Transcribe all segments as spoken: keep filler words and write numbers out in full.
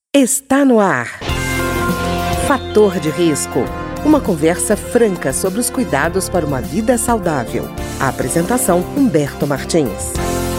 Está no ar. Fator de risco. Uma conversa franca sobre os cuidados para uma vida saudável. A apresentação, Humberto Martins.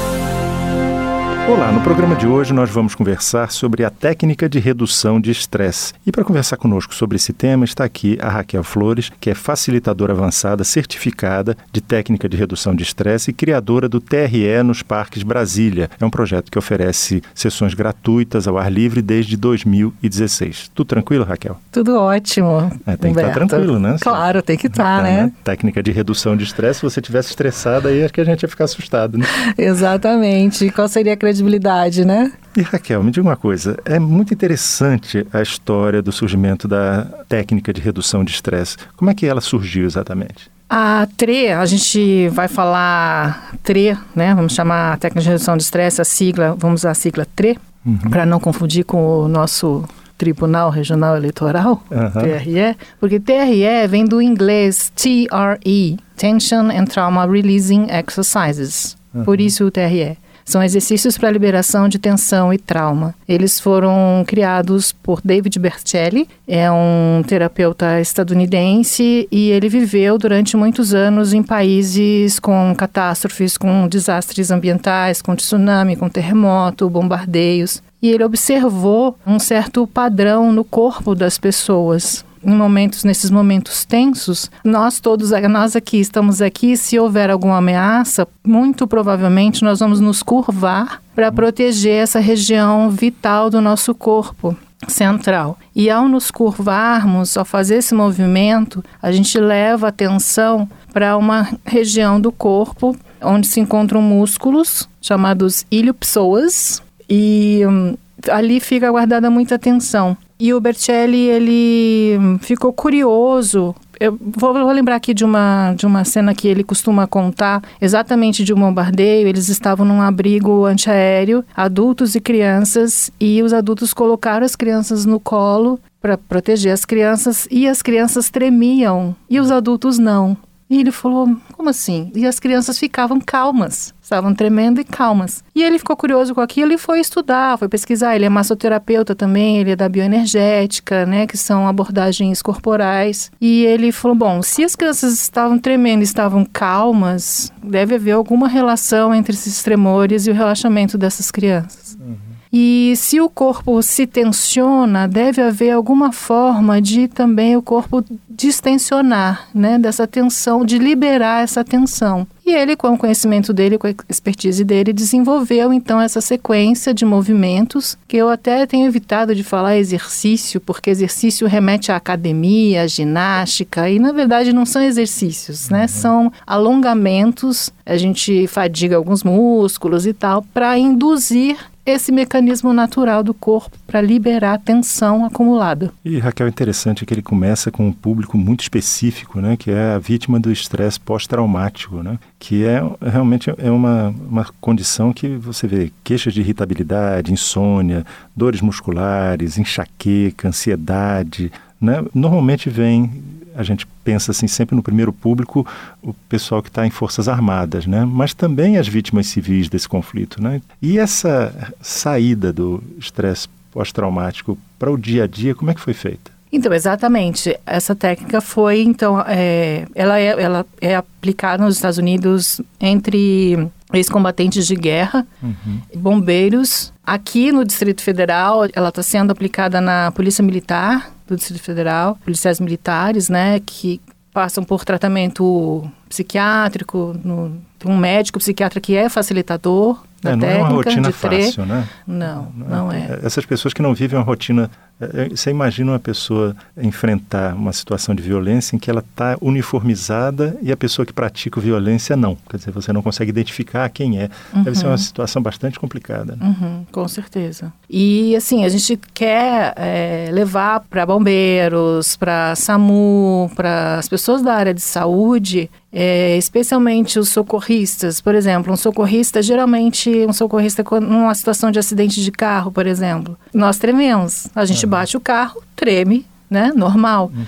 Olá, no programa de hoje nós vamos conversar sobre a técnica de redução de estresse. E para conversar conosco sobre esse tema está aqui a Raquel Flores, que é facilitadora avançada certificada de técnica de redução de estresse e criadora do T R E nos Parques Brasília. É um projeto que oferece sessões gratuitas ao ar livre desde dois mil e dezesseis. Tudo tranquilo, Raquel? Tudo ótimo. É, tem Humberto. Que estar tranquilo, né? Claro, tem que estar, tá, né? né? Técnica de redução de estresse, se você estivesse estressada aí, acho que a gente ia ficar assustado, né? Exatamente. Qual seria a credibilidade, né? E Raquel, me diga uma coisa, é muito interessante a história do surgimento da técnica de redução de estresse. Como é que ela surgiu exatamente? A T R E, a gente vai falar T R E, né? Vamos chamar a técnica de redução de estresse, a sigla, vamos usar a sigla T R E, uhum. para não confundir com o nosso Tribunal Regional Eleitoral, uhum. T R E, porque T R E vem do inglês T R E, Tension and Trauma Releasing Exercises, uhum. por isso o T R E. São exercícios para liberação de tensão e trauma. Eles foram criados por David Berceli, é um terapeuta estadunidense e ele viveu durante muitos anos em países com catástrofes, com desastres ambientais, com tsunami, com terremoto, bombardeios. E ele observou um certo padrão no corpo das pessoas. Em momentos, nesses momentos tensos, nós todos, nós aqui, estamos aqui, se houver alguma ameaça, muito provavelmente nós vamos nos curvar para proteger essa região vital do nosso corpo central. E ao nos curvarmos, ao fazer esse movimento, a gente leva a atenção para uma região do corpo onde se encontram músculos chamados iliopsoas e hum, ali fica guardada muita tensão. E o Berceli, ele ficou curioso. Eu vou, vou lembrar aqui de uma, de uma cena que ele costuma contar, exatamente de um bombardeio. Eles estavam num abrigo antiaéreo, adultos e crianças, e os adultos colocaram as crianças no colo para proteger as crianças, e as crianças tremiam, e os adultos não. E ele falou, como assim? E as crianças ficavam calmas, estavam tremendo e calmas. E ele ficou curioso com aquilo e foi estudar, foi pesquisar. Ele é massoterapeuta também, ele é da bioenergética, né, que são abordagens corporais. E ele falou, bom, se as crianças estavam tremendo e estavam calmas, deve haver alguma relação entre esses tremores e o relaxamento dessas crianças. Uhum. E se o corpo se tensiona, deve haver alguma forma de também o corpo distensionar, né, dessa tensão, de liberar essa tensão. E ele, com o conhecimento dele, com a expertise dele, desenvolveu então essa sequência de movimentos, que eu até tenho evitado de falar exercício, porque exercício remete à academia, à ginástica, e na verdade não são exercícios, né? Uhum. São alongamentos, a gente fadiga alguns músculos e tal, para induzir esse mecanismo natural do corpo para liberar a tensão acumulada. E, Raquel, interessante que ele começa com um público muito específico, né, que é a vítima do estresse pós-traumático, né, que é realmente é uma, uma condição que você vê queixas de irritabilidade, insônia, dores musculares, enxaqueca, ansiedade, né, normalmente vem... A gente pensa assim sempre no primeiro público, o pessoal que está em forças armadas, né? Mas também as vítimas civis desse conflito, né? E essa saída do estresse pós-traumático para o dia a dia, como é que foi feita? Então, exatamente. Essa técnica foi, então, é, ela, é, ela é aplicada nos Estados Unidos entre ex-combatentes de guerra, uhum. bombeiros. Aqui no Distrito Federal, ela está sendo aplicada na Polícia Militar do Distrito Federal, policiais militares, né, que passam por tratamento psiquiátrico, no, tem um médico psiquiatra que é facilitador da é, não técnica. Não é uma rotina de fácil, né? Não, não, não é. é. Essas pessoas que não vivem uma rotina... Você imagina uma pessoa enfrentar uma situação de violência em que ela está uniformizada e a pessoa que pratica violência não. Quer dizer, você não consegue identificar quem é. Uhum. Deve ser uma situação bastante complicada. Né? Uhum, com certeza. E, assim, a gente quer é, levar para bombeiros, para SAMU, para as pessoas da área de saúde, é, especialmente os socorristas. Por exemplo, um socorrista, geralmente um socorrista numa situação de acidente de carro, por exemplo, nós trememos. A gente uhum. bate o carro, treme, né? Normal. Uhum.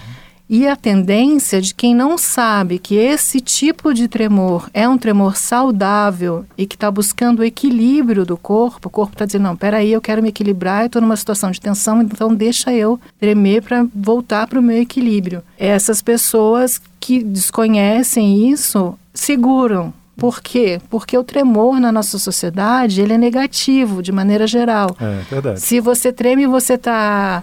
E a tendência de quem não sabe que esse tipo de tremor é um tremor saudável e que está buscando o equilíbrio do corpo, o corpo está dizendo, não, peraí, eu quero me equilibrar, eu estou numa situação de tensão, então deixa eu tremer para voltar para o meu equilíbrio. Essas pessoas que desconhecem isso, seguram. Por quê? Porque o tremor na nossa sociedade, ele é negativo, de maneira geral. É verdade. Se você treme, você está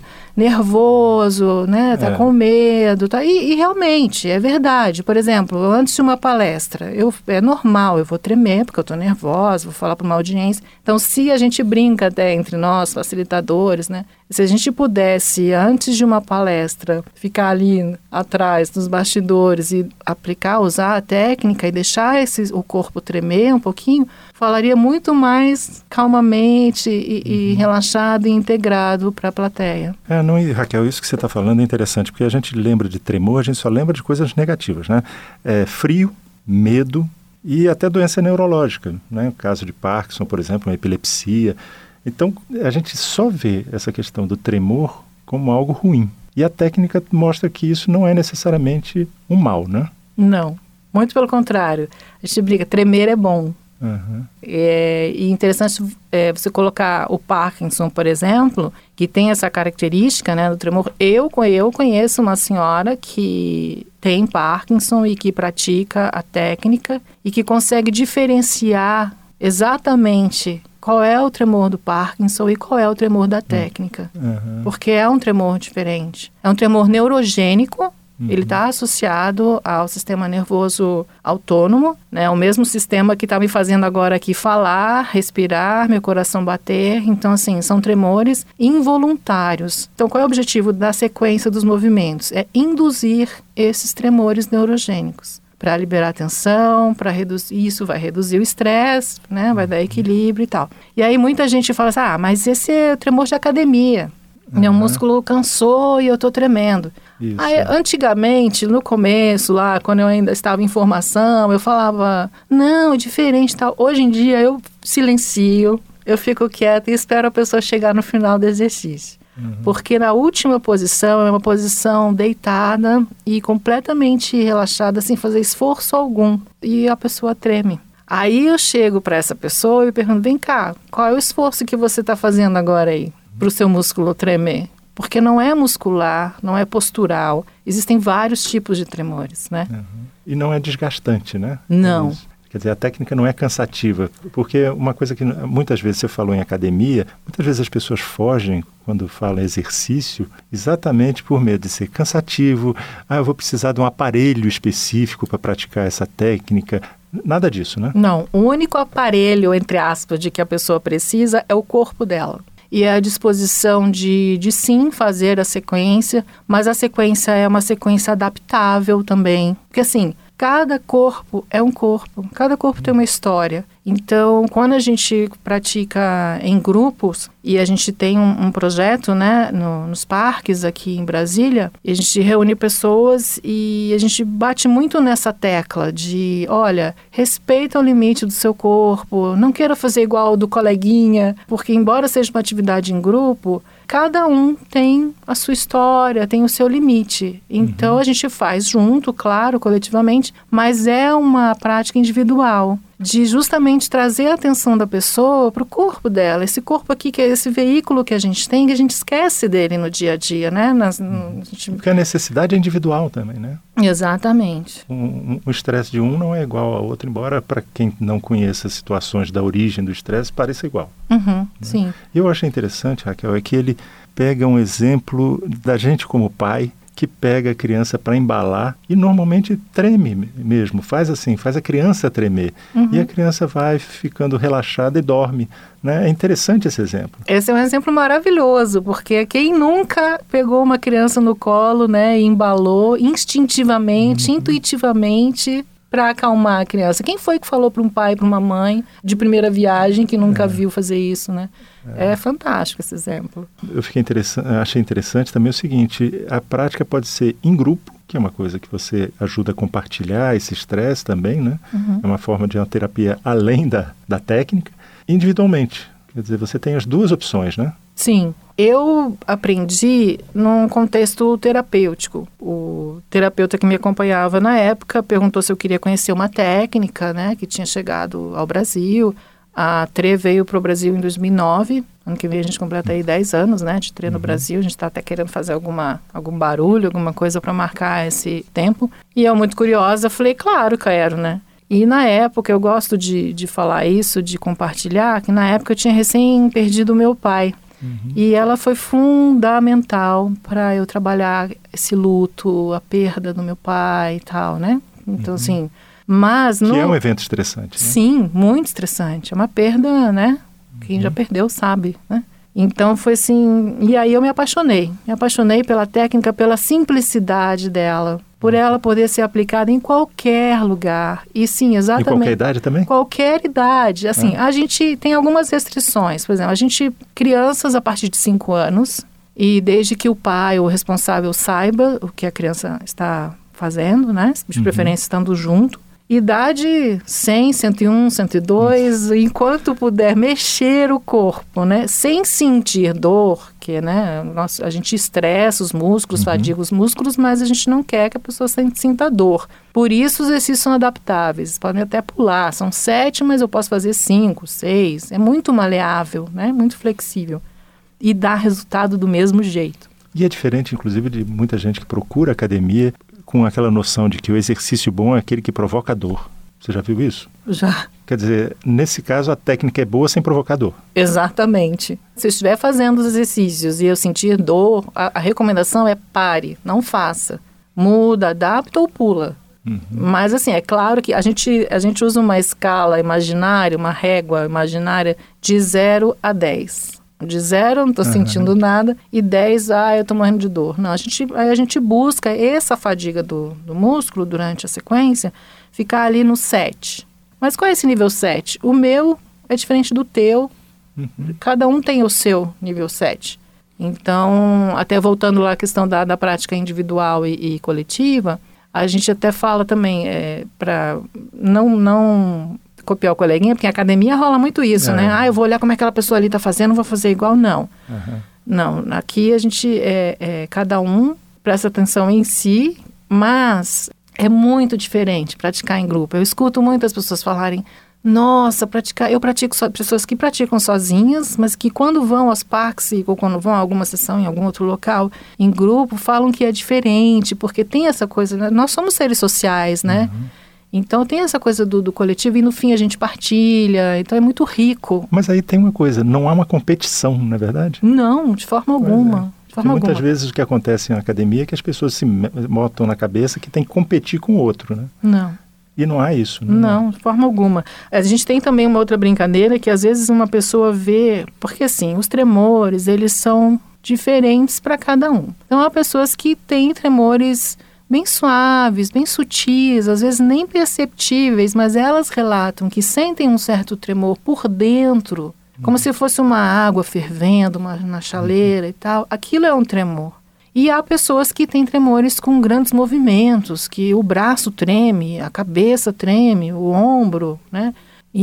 nervoso, né? Está é. com medo. Tá... E, e realmente, é verdade. Por exemplo, antes de uma palestra, eu, é normal, eu vou tremer, porque eu estou nervosa, vou falar para uma audiência. Então, se a gente brinca até entre nós, facilitadores, né? Se a gente pudesse, antes de uma palestra, ficar ali atrás, nos bastidores e aplicar, usar a técnica e deixar esse, o corpo tremer um pouquinho, falaria muito mais calmamente e, uhum. e relaxado e integrado para a plateia. É, não, e Raquel, isso que você está falando é interessante, porque a gente lembra de tremor, a gente só lembra de coisas negativas, né? É, frio, medo e até doença neurológica, né? O caso de Parkinson, por exemplo, uma epilepsia. Então, a gente só vê essa questão do tremor como algo ruim. E a técnica mostra que isso não é necessariamente um mal, né? Não, muito pelo contrário. A gente briga, tremer é bom. Uhum. É, e interessante é, você colocar o Parkinson, por exemplo, que tem essa característica, né, do tremor. Eu, eu conheço uma senhora que tem Parkinson e que pratica a técnica e que consegue diferenciar exatamente qual é o tremor do Parkinson e qual é o tremor da técnica. Uhum. Porque é um tremor diferente. É um tremor neurogênico. Uhum. Ele está associado ao sistema nervoso autônomo, né? O mesmo sistema que está me fazendo agora aqui falar, respirar, meu coração bater. Então, assim, são tremores involuntários. Então, qual é o objetivo da sequência dos movimentos? É induzir esses tremores neurogênicos para liberar tensão, para reduzir, isso vai reduzir o estresse, né? Vai dar equilíbrio e tal. E aí muita gente fala assim, ah, mas esse é tremor de academia. Uhum. Meu músculo cansou e eu estou tremendo. Aí, antigamente, no começo, lá, quando eu ainda estava em formação, eu falava, não, é diferente, tal. Hoje em dia, eu silencio, eu fico quieta e espero a pessoa chegar no final do exercício. Uhum. Porque na última posição, é uma posição deitada e completamente relaxada, sem fazer esforço algum. E a pessoa treme. Aí eu chego para essa pessoa e pergunto, vem cá, qual é o esforço que você está fazendo agora aí, para o seu músculo tremer? Porque não é muscular, não é postural. Existem vários tipos de tremores, né? Uhum. E não é desgastante, né? Não. Quer dizer, a técnica não é cansativa. Porque uma coisa que muitas vezes você falou em academia, muitas vezes as pessoas fogem quando falam exercício exatamente por medo de ser cansativo. Ah, eu vou precisar de um aparelho específico para praticar essa técnica. Nada disso, né? Não. O único aparelho, entre aspas, de que a pessoa precisa é o corpo dela. E é a disposição de, de sim fazer a sequência, mas a sequência é uma sequência adaptável também. Porque assim, cada corpo é um corpo, cada corpo tem uma história. Então, quando a gente pratica em grupos, e a gente tem um, um projeto, né, no, nos parques aqui em Brasília, e a gente reúne pessoas e a gente bate muito nessa tecla de, olha, respeita o limite do seu corpo, não queira fazer igual ao do coleguinha, porque embora seja uma atividade em grupo, cada um tem a sua história, tem o seu limite. Então, uhum. a gente faz junto, claro, coletivamente, mas é uma prática individual, de justamente trazer a atenção da pessoa para o corpo dela. Esse corpo aqui, que é esse veículo que a gente tem, que a gente esquece dele no dia a dia, né? Nas, uhum. a gente... Porque a necessidade é individual também, né? Exatamente. O estresse de um não é igual ao outro, embora para quem não conheça as situações da origem do estresse, pareça igual. Uhum, né? Sim. E eu achei interessante, Raquel, é que ele pega um exemplo da gente como pai, que pega a criança para embalar e normalmente treme mesmo, faz assim, faz a criança tremer. Uhum. E a criança vai ficando relaxada e dorme. Né? É interessante esse exemplo. Esse é um exemplo maravilhoso, porque quem nunca pegou uma criança no colo, né, e embalou instintivamente, uhum. intuitivamente, para acalmar a criança? Quem foi que falou para um pai, para uma mãe de primeira viagem que nunca é. viu fazer isso, né? É. é fantástico esse exemplo. Eu fiquei interessante, achei interessante também o seguinte, a prática pode ser em grupo, que é uma coisa que você ajuda a compartilhar esse estresse também, né? Uhum. É uma forma de uma terapia além da, da técnica, individualmente. Quer dizer, você tem as duas opções, né? Sim. Eu aprendi num contexto terapêutico. O o terapeuta que me acompanhava na época perguntou se eu queria conhecer uma técnica, né, que tinha chegado ao Brasil. A T R E veio para o Brasil em dois mil e nove, ano que vem a gente completa aí dez anos, né, de T R E no Brasil. A gente está até querendo fazer alguma, algum barulho, alguma coisa para marcar esse tempo. E eu, muito curiosa, falei, claro, quero, né. E na época, eu gosto de, de falar isso, de compartilhar, que na época eu tinha recém perdido o meu pai. Uhum. E ela foi fundamental para eu trabalhar esse luto, a perda do meu pai e tal, né? Então, uhum. assim, mas... Que no... é um evento estressante, né? Sim, muito estressante. É uma perda, né? Quem uhum. já perdeu sabe, né? Então, foi assim... E aí eu me apaixonei. Me apaixonei pela técnica, pela simplicidade dela. Por ela poder ser aplicada em qualquer lugar. E sim, exatamente... Em qualquer idade também? Qualquer idade. Assim, ah. a gente tem algumas restrições. Por exemplo, a gente... Crianças a partir de cinco anos. E desde que o pai ou o responsável saiba o que a criança está fazendo, né? De uhum. preferência estando junto. Idade cem, cento e um, cento e dois, enquanto puder mexer o corpo, né? Sem sentir dor, que, né? Nossa, a gente estressa os músculos, uhum. fadiga os músculos, mas a gente não quer que a pessoa sinta dor. Por isso os exercícios são adaptáveis, podem até pular, são sete, mas eu posso fazer cinco, seis. É muito maleável, né? Muito flexível. E dá resultado do mesmo jeito. E é diferente, inclusive, de muita gente que procura academia com aquela noção de que o exercício bom é aquele que provoca dor. Você já viu isso? Já. Quer dizer, nesse caso, a técnica é boa sem provocar dor. Exatamente. Se eu estiver fazendo os exercícios e eu sentir dor, a, a recomendação é pare, não faça. Muda, adapta ou pula. Uhum. Mas, assim, é claro que a gente, a gente usa uma escala imaginária, uma régua imaginária de zero a dez. De zero, não estou uhum. sentindo nada, e dez, ah, eu estou morrendo de dor. Não, a gente, a gente busca essa fadiga do, do músculo durante a sequência, ficar ali no sete. Mas qual é esse nível sete? O meu é diferente do teu, uhum. cada um tem o seu nível sete. Então, até voltando lá à questão da, da prática individual e, e coletiva, a gente até fala também, é, para não... não copiar o coleguinha, porque em academia rola muito isso, é. né? Ah, eu vou olhar como é que aquela pessoa ali está fazendo, vou fazer igual. Não. Uhum. Não, aqui a gente, é, é, cada um presta atenção em si, mas é muito diferente praticar em grupo. Eu escuto muitas pessoas falarem, nossa, praticar, eu pratico, so, pessoas que praticam sozinhas, mas que quando vão aos parques ou quando vão a alguma sessão em algum outro local, em grupo, falam que é diferente, porque tem essa coisa, né? Nós somos seres sociais, né? Uhum. Então, tem essa coisa do, do coletivo e, no fim, a gente partilha. Então, é muito rico. Mas aí tem uma coisa, não há uma competição, não é verdade? Não, de forma alguma. É. De forma muitas alguma. vezes o que acontece em academia é que as pessoas se botam na cabeça que tem que competir com o outro, né? Não. E não há isso. Não, não, de forma alguma. A gente tem também uma outra brincadeira que, às vezes, uma pessoa vê... Porque, assim, os tremores, eles são diferentes para cada um. Então, há pessoas que têm tremores... bem suaves, bem sutis, às vezes nem perceptíveis, mas elas relatam que sentem um certo tremor por dentro, como se fosse uma água fervendo uma, na chaleira e tal. Aquilo é um tremor. E há pessoas que têm tremores com grandes movimentos, que o braço treme, a cabeça treme, o ombro, né?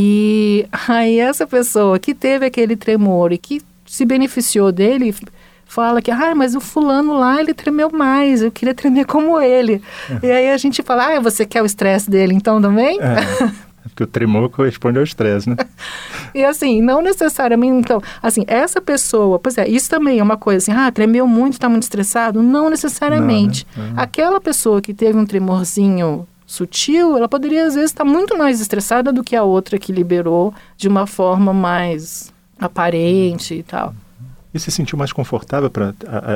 E aí essa pessoa que teve aquele tremor e que se beneficiou dele... fala que, ah, mas o fulano lá, ele tremeu mais, eu queria tremer como ele. Uhum. E aí a gente fala, ah, você quer o estresse dele então também? É, porque o tremor corresponde ao estresse, né? E assim, não necessariamente, então, assim, essa pessoa, pois é, isso também é uma coisa assim, ah, tremeu muito, está muito estressado? Não necessariamente. Não, né? Uhum. Aquela pessoa que teve um tremorzinho sutil, ela poderia às vezes estar muito mais estressada do que a outra que liberou de uma forma mais aparente e tal. E se sentiu mais confortável para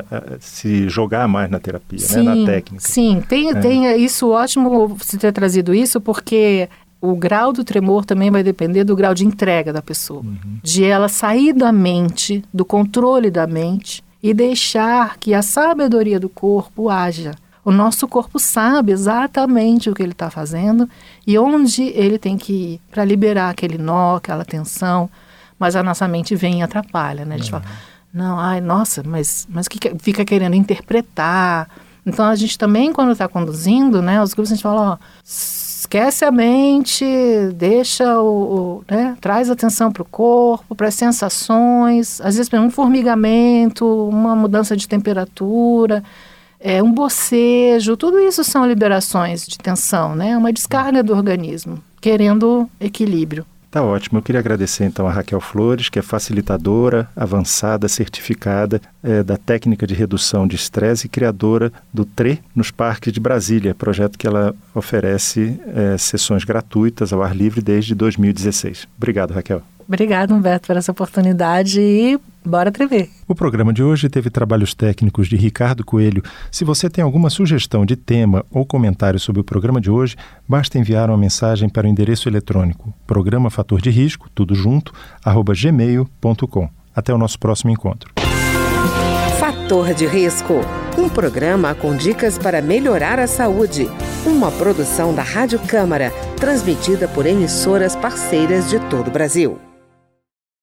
se jogar mais na terapia, sim, né? Na técnica? Sim, tem, é. tem isso, ótimo você ter trazido isso, porque o grau do tremor também vai depender do grau de entrega da pessoa. Uhum. De ela sair da mente, do controle da mente e deixar que a sabedoria do corpo haja. O nosso corpo sabe exatamente o que ele está fazendo e onde ele tem que ir para liberar aquele nó, aquela tensão, mas a nossa mente vem e atrapalha, né? A gente uhum. fala... Não, ai, nossa, mas, mas que, que fica querendo interpretar. Então, a gente também, quando está conduzindo, né, os grupos, a gente fala, ó, esquece a mente, deixa o, o né, traz atenção para o corpo, para as sensações, às vezes um formigamento, uma mudança de temperatura, é, um bocejo, tudo isso são liberações de tensão, né? Uma descarga do organismo, querendo equilíbrio. Tá ótimo. Eu queria agradecer então a Raquel Flores, que é facilitadora, avançada, certificada é, da técnica de redução de estresse e criadora do T R E nos Parques de Brasília, projeto que ela oferece é, sessões gratuitas ao ar livre desde dois mil e dezesseis. Obrigado, Raquel. Obrigado, Humberto, por essa oportunidade e bora tremer. O programa de hoje teve trabalhos técnicos de Ricardo Coelho. Se você tem alguma sugestão de tema ou comentário sobre o programa de hoje, basta enviar uma mensagem para o endereço eletrônico programa fator de risco, tudo junto, arroba gmail ponto com. Até o nosso próximo encontro. Fator de Risco, um programa com dicas para melhorar a saúde. Uma produção da Rádio Câmara, transmitida por emissoras parceiras de todo o Brasil.